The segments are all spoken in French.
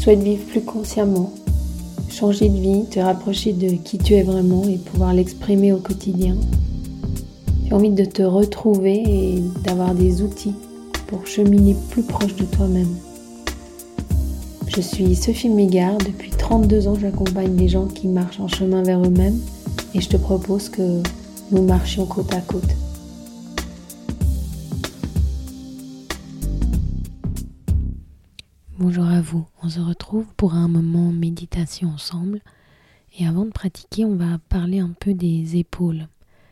souhaites vivre plus consciemment, changer de vie, te rapprocher de qui tu es vraiment et pouvoir l'exprimer au quotidien. Tu as envie de te retrouver et d'avoir des outils pour cheminer plus proche de toi-même. Je suis Sophie Mégard, depuis 32 ans j'accompagne des gens qui marchent en chemin vers eux-mêmes et je te propose que nous marchions côte à côte. Bonjour à vous, on se retrouve pour un moment méditation ensemble et avant de pratiquer on va parler un peu des épaules.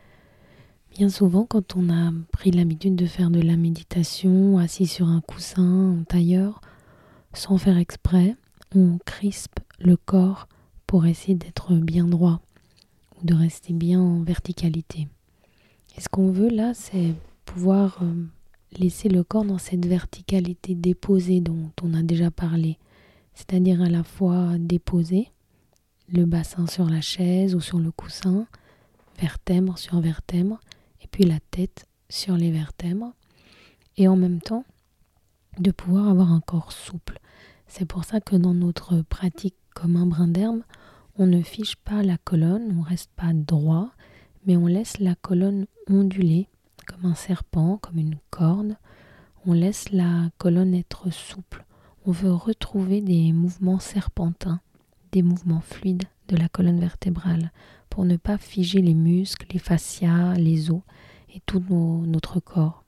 Bien souvent quand on a pris l'habitude de faire de la méditation assis sur un coussin, en tailleur, sans faire exprès, on crispe le corps pour essayer d'être bien droit ou de rester bien en verticalité. Et ce qu'on veut là c'est pouvoir laisser le corps dans cette verticalité déposée dont on a déjà parlé, c'est-à-dire à la fois déposer le bassin sur la chaise ou sur le coussin, vertèbre sur vertèbre, et puis la tête sur les vertèbres, et en même temps de pouvoir avoir un corps souple. C'est pour ça que dans notre pratique comme un brin d'herbe, on ne fiche pas la colonne, on ne reste pas droit, mais on laisse la colonne onduler comme un serpent, comme une corde. On laisse la colonne être souple. On veut retrouver des mouvements serpentins, des mouvements fluides de la colonne vertébrale pour ne pas figer les muscles, les fascias, les os et tout notre corps.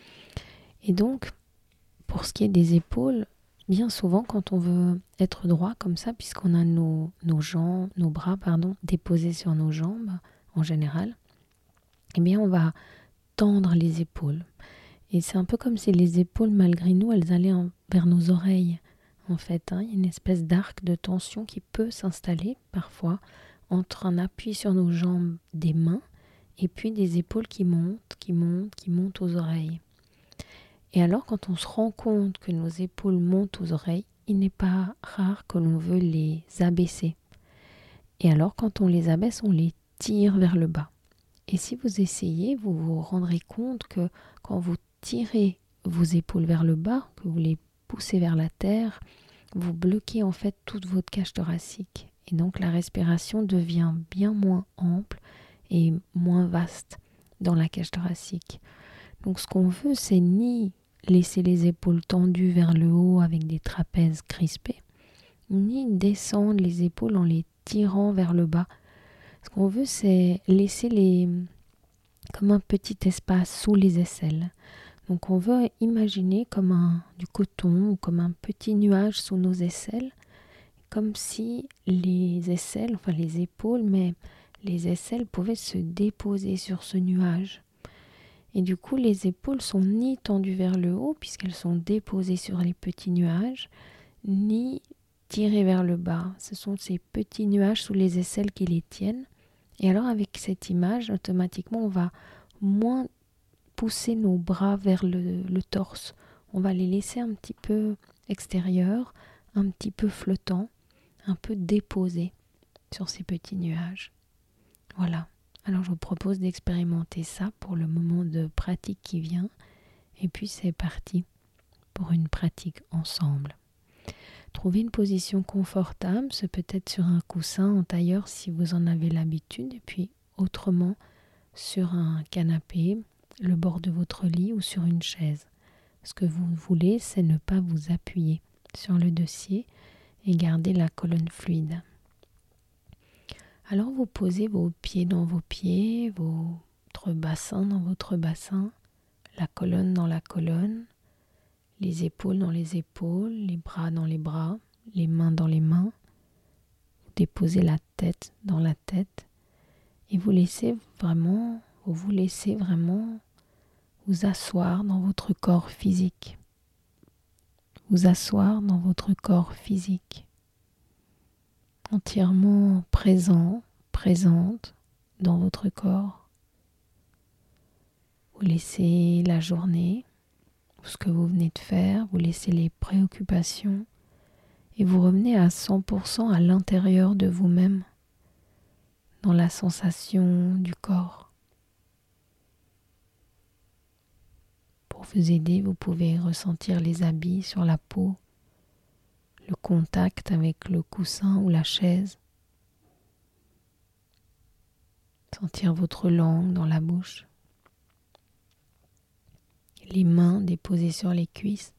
Et donc, pour ce qui est des épaules, bien souvent quand on veut être droit comme ça, puisqu'on a nos bras déposés sur nos jambes en général, eh bien on va tendre les épaules. Et c'est un peu comme si les épaules, malgré nous, elles allaient vers nos oreilles. En fait, il y a une espèce d'arc de tension qui peut s'installer parfois entre un appui sur nos jambes des mains et puis des épaules qui montent aux oreilles. Et alors, quand on se rend compte que nos épaules montent aux oreilles, il n'est pas rare que l'on veut les abaisser. Et alors, quand on les abaisse, on les tire vers le bas. Et si vous essayez, vous vous rendrez compte que quand vous tirez vos épaules vers le bas, que vous les poussez vers la terre, vous bloquez en fait toute votre cage thoracique. Et donc la respiration devient bien moins ample et moins vaste dans la cage thoracique. Donc ce qu'on veut, c'est ni laisser les épaules tendues vers le haut avec des trapèzes crispés, ni descendre les épaules en les tirant vers le bas. Ce qu'on veut, c'est laisser comme un petit espace sous les aisselles. Donc on veut imaginer comme du coton ou comme un petit nuage sous nos aisselles, comme si les épaules, mais les aisselles pouvaient se déposer sur ce nuage. Et du coup, les épaules sont ni tendues vers le haut, puisqu'elles sont déposées sur les petits nuages, ni tirées vers le bas. Ce sont ces petits nuages sous les aisselles qui les tiennent. Et alors avec cette image, automatiquement, on va moins pousser nos bras vers le torse. On va les laisser un petit peu extérieurs, un petit peu flottants, un peu déposés sur ces petits nuages. Voilà. Alors je vous propose d'expérimenter ça pour le moment de pratique qui vient. Et puis c'est parti pour une pratique ensemble. Trouvez une position confortable, c'est peut-être sur un coussin en tailleur si vous en avez l'habitude, et puis autrement sur un canapé, le bord de votre lit ou sur une chaise. Ce que vous voulez, c'est ne pas vous appuyer sur le dossier et garder la colonne fluide. Alors vous posez vos pieds dans vos pieds, votre bassin dans votre bassin, la colonne dans la colonne, les épaules dans les épaules, les bras dans les bras, les mains dans les mains. Vous déposez la tête dans la tête et vous laissez vraiment vous asseoir dans votre corps physique. Vous asseoir dans votre corps physique. Entièrement présent, présente dans votre corps. Vous laissez la journée, ce que vous venez de faire, vous laissez les préoccupations et vous revenez à 100% à l'intérieur de vous-même, dans la sensation du corps. Pour vous aider, vous pouvez ressentir les habits sur la peau, le contact avec le coussin ou la chaise. Sentir votre langue dans la bouche. Les mains déposées sur les cuisses.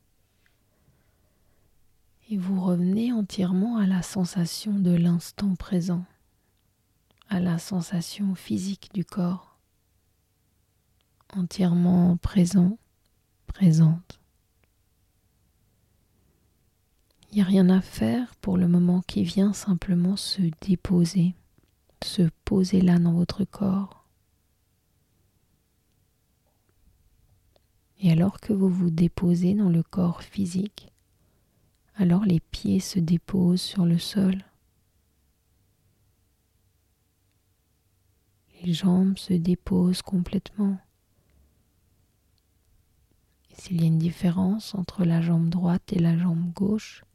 Et vous revenez entièrement à la sensation de l'instant présent, à la sensation physique du corps, entièrement présent, présente. Il n'y a rien à faire pour le moment qui vient, simplement se déposer, se poser là dans votre corps. Et alors que vous vous déposez dans le corps physique, alors les pieds se déposent sur le sol. Les jambes se déposent complètement. Et s'il y a une différence entre la jambe droite et la jambe gauche,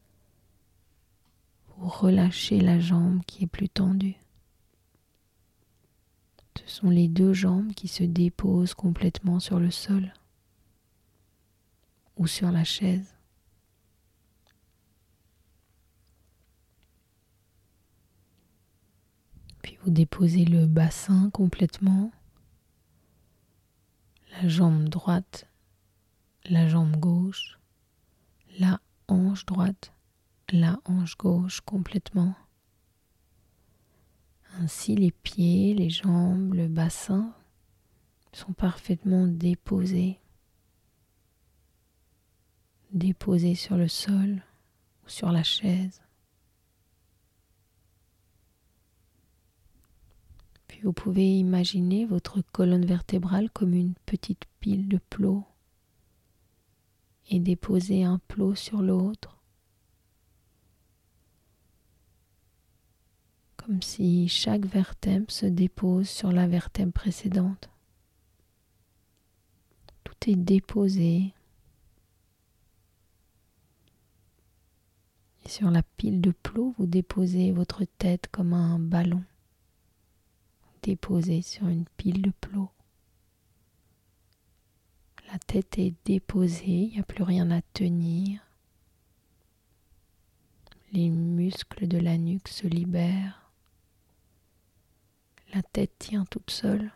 vous relâchez la jambe qui est plus tendue. Ce sont les deux jambes qui se déposent complètement sur le sol ou sur la chaise. Puis vous déposez le bassin complètement, la jambe droite, la jambe gauche, la hanche droite, la hanche gauche complètement. Ainsi les pieds, les jambes, le bassin sont parfaitement déposés sur le sol ou sur la chaise. Puis vous pouvez imaginer votre colonne vertébrale comme une petite pile de plots et déposer un plot sur l'autre, comme si chaque vertèbre se dépose sur la vertèbre précédente. Tout est déposé. Et sur la pile de plots, vous déposez votre tête comme un ballon. Déposé sur une pile de plots. La tête est déposée, il n'y a plus rien à tenir. Les muscles de la nuque se libèrent. La tête tient toute seule.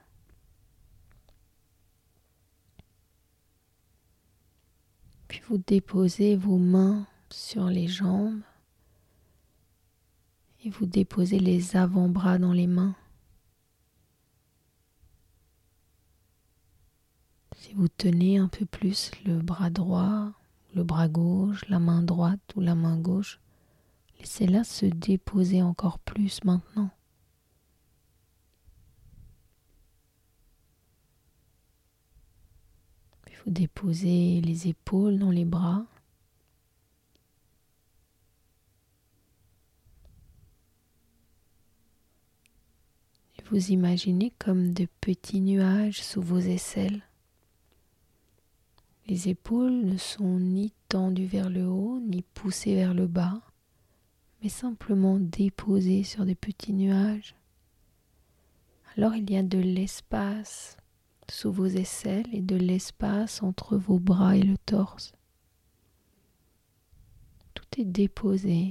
Puis vous déposez vos mains sur les jambes et vous déposez les avant-bras dans les mains. Si vous tenez un peu plus le bras droit, le bras gauche, la main droite ou la main gauche, laissez-la se déposer encore plus maintenant. Puis vous déposez les épaules dans les bras. Et vous imaginez comme de petits nuages sous vos aisselles. Les épaules ne sont ni tendues vers le haut, ni poussées vers le bas, mais simplement déposées sur des petits nuages. Alors il y a de l'espace sous vos aisselles et de l'espace entre vos bras et le torse. Tout est déposé.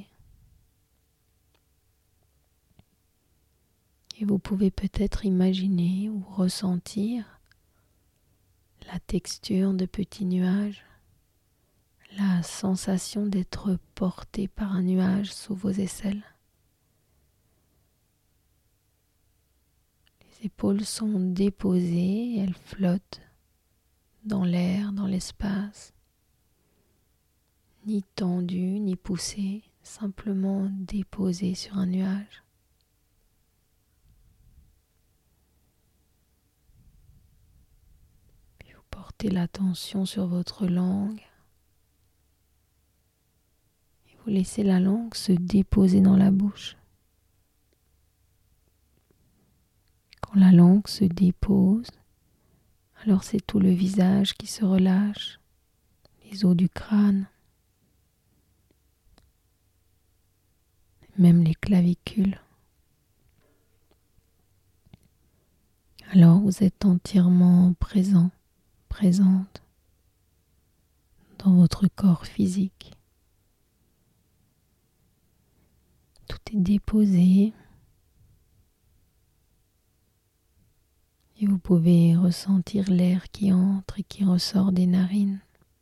Et vous pouvez peut-être imaginer ou ressentir la texture de petits nuages, la sensation d'être porté par un nuage sous vos aisselles. Les épaules sont déposées, elles flottent dans l'air, dans l'espace, ni tendues, ni poussées, simplement déposées sur un nuage. Portez l'attention sur votre langue et vous laissez la langue se déposer dans la bouche. Quand la langue se dépose, alors c'est tout le visage qui se relâche, les os du crâne, même les clavicules. Alors vous êtes entièrement présent, présente dans votre corps physique. déposé. Et vous pouvez ressentir l'air qui entre et qui ressort des narines.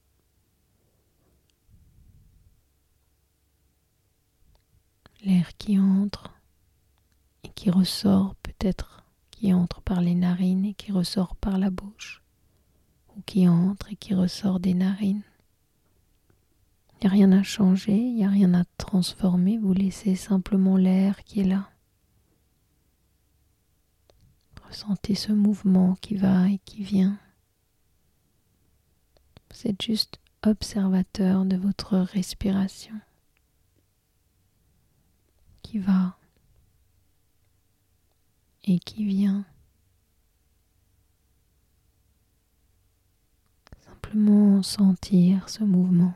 L'air qui entre et qui ressort, peut-être qui entre par les narines et qui ressort par la bouche, ou qui entre et qui ressort des narines. Il n'y a rien à changer, il n'y a rien à transformer, vous laissez simplement l'air qui est là. Ressentez ce mouvement qui va et qui vient. Vous êtes juste observateur de votre respiration qui va et qui vient. Simplement sentir ce mouvement.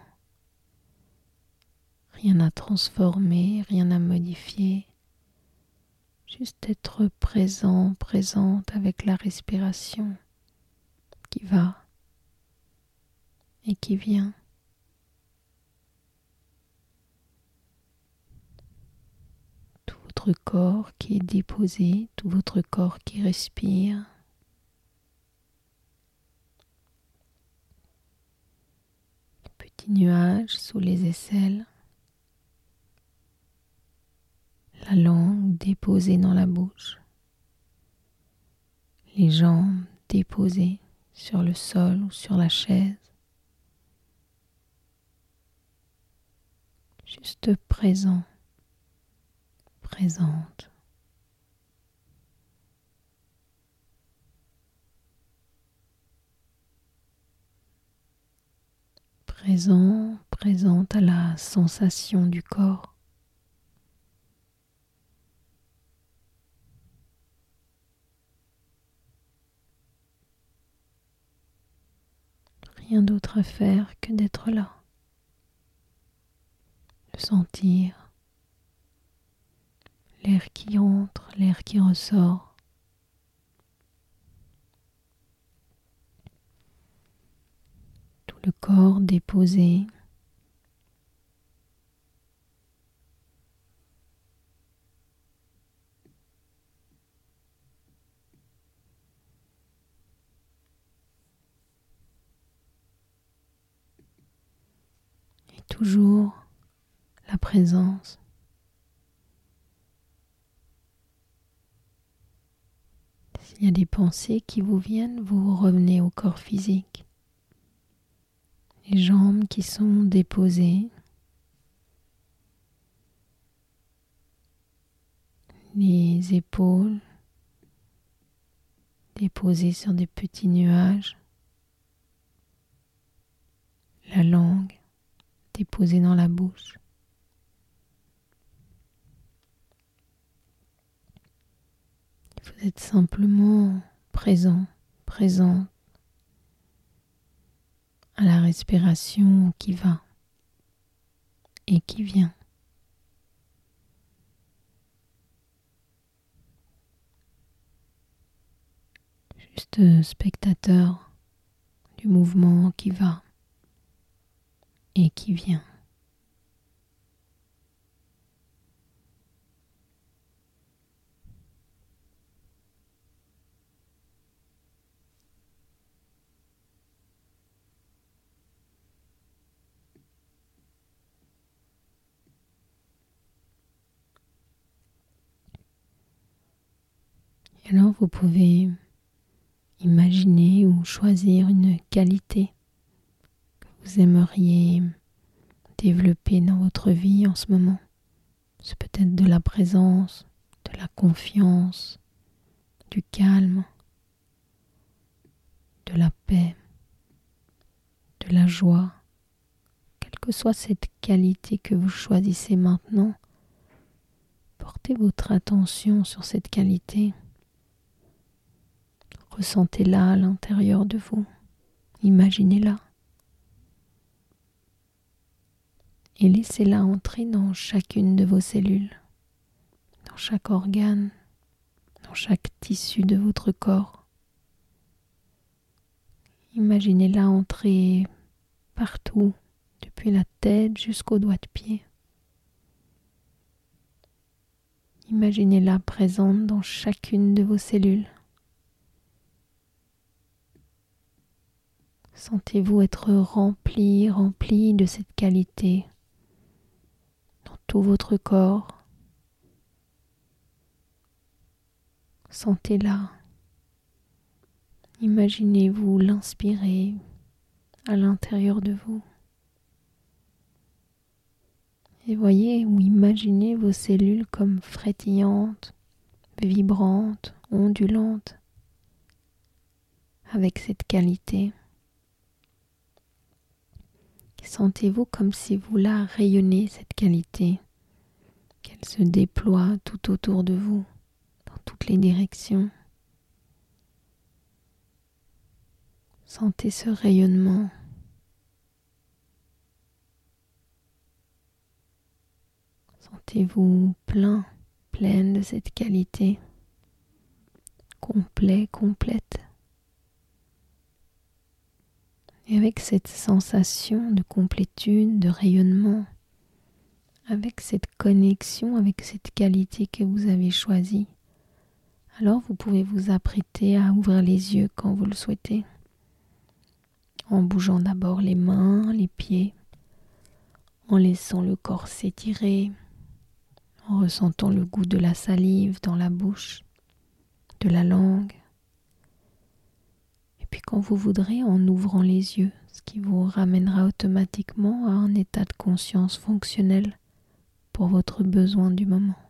Rien à transformer, rien à modifier. Juste être présent, présente avec la respiration qui va et qui vient. Tout votre corps qui est déposé, tout votre corps qui respire. Petit nuage sous les aisselles. La langue déposée dans la bouche. Les jambes déposées sur le sol ou sur la chaise. Juste présent, présente. Présent, présente à la sensation du corps. Rien d'autre à faire que d'être là. De sentir l'air qui entre, l'air qui ressort. Tout le corps déposé. Et toujours la présence. S'il y a des pensées qui vous viennent, vous revenez au corps physique. Les jambes qui sont déposées. Les épaules déposées sur des petits nuages. La langue déposée dans la bouche. Vous êtes simplement présent, présente à la respiration qui va et qui vient. Juste spectateur du mouvement qui va et qui vient. Et alors vous pouvez imaginer ou choisir une qualité que vous aimeriez développer dans votre vie en ce moment. C'est peut-être de la présence, de la confiance, du calme, de la paix, de la joie. Quelle que soit cette qualité que vous choisissez maintenant, portez votre attention sur cette qualité. Ressentez-la à l'intérieur de vous. Imaginez-la. Et laissez-la entrer dans chacune de vos cellules, dans chaque organe, dans chaque tissu de votre corps. Imaginez-la entrer partout, depuis la tête jusqu'aux doigts de pied. Imaginez-la présente dans chacune de vos cellules. Sentez-vous être rempli de cette qualité dans tout votre corps. Sentez-la. Imaginez-vous l'inspirer à l'intérieur de vous. Et voyez ou imaginez vos cellules comme frétillantes, vibrantes, ondulantes, avec cette qualité. Sentez-vous comme si vous la rayonnez, cette qualité, qu'elle se déploie tout autour de vous, dans toutes les directions. Sentez ce rayonnement. Sentez-vous pleine de cette qualité, complète. Et avec cette sensation de complétude, de rayonnement, avec cette connexion, avec cette qualité que vous avez choisie, alors vous pouvez vous apprêter à ouvrir les yeux quand vous le souhaitez, en bougeant d'abord les mains, les pieds, en laissant le corps s'étirer, en ressentant le goût de la salive dans la bouche, de la langue. Et puis quand vous voudrez, en ouvrant les yeux, ce qui vous ramènera automatiquement à un état de conscience fonctionnel pour votre besoin du moment.